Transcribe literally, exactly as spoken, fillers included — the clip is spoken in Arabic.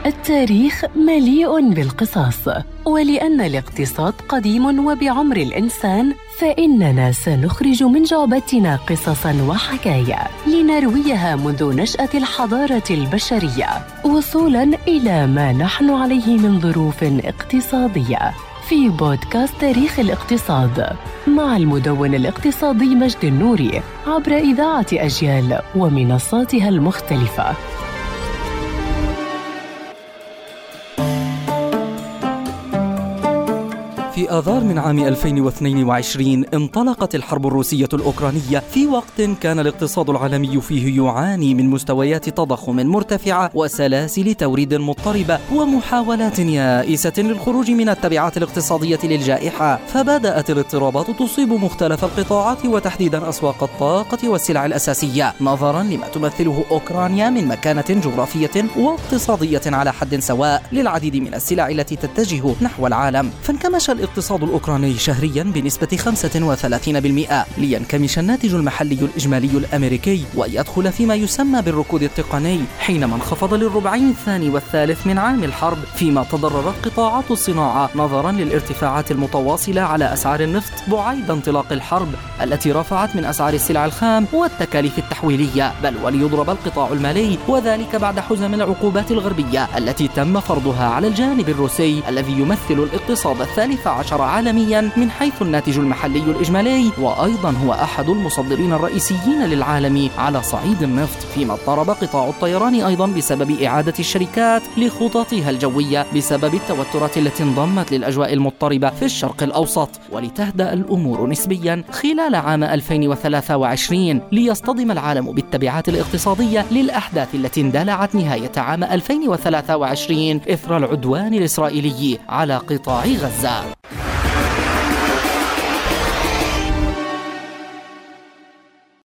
التاريخ مليء بالقصص، ولأن الاقتصاد قديم وبعمر الإنسان فإننا سنخرج من جعبتنا قصصاً وحكايا لنرويها منذ نشأة الحضارة البشرية وصولاً إلى ما نحن عليه من ظروف اقتصادية في بودكاست تاريخ الاقتصاد مع المدون الاقتصادي مجد النوري عبر إذاعة أجيال ومنصاتها المختلفة. في آذار من عام ألفين واثنين وعشرين انطلقت الحرب الروسية الأوكرانية في وقت كان الاقتصاد العالمي فيه يعاني من مستويات تضخم مرتفعة وسلاسل توريد مضطربة ومحاولات يائسة للخروج من التبعات الاقتصادية للجائحة، فبدأت الاضطرابات تصيب مختلف القطاعات وتحديدا أسواق الطاقة والسلع الأساسية نظرا لما تمثله أوكرانيا من مكانة جغرافية واقتصادية على حد سواء للعديد من السلع التي تتجه نحو العالم. فانكمش الاقتصاد الأوكراني شهريا بنسبة خمسة وثلاثين بالمئة لينكمش الناتج المحلي الإجمالي الأمريكي ويدخل فيما يسمى بالركود التقني، حينما انخفض للربعين الثاني والثالث من عام الحرب، فيما تضررت قطاعات الصناعة نظرا للارتفاعات المتواصلة على أسعار النفط بعيد انطلاق الحرب التي رفعت من أسعار السلع الخام والتكاليف التحويلية، بل وليضرب القطاع المالي، وذلك بعد حزم العقوبات الغربية التي تم فرضها على الجانب الروسي الذي يمثل الاقتصاد الثالث عشر عالميا من حيث الناتج المحلي الإجمالي، وأيضا هو أحد المصدرين الرئيسيين للعالم على صعيد النفط، فيما اضطرب قطاع الطيران أيضا بسبب إعادة الشركات لخططها الجوية بسبب التوترات التي انضمت للأجواء المضطربة في الشرق الأوسط، ولتهدأ الأمور نسبيا خلال عام ألفين وثلاثة وعشرين ليصطدم العالم بالتبعات الاقتصادية للأحداث التي اندلعت نهاية عام ألفين وثلاثة وعشرين إثر العدوان الإسرائيلي على قطاع غزة.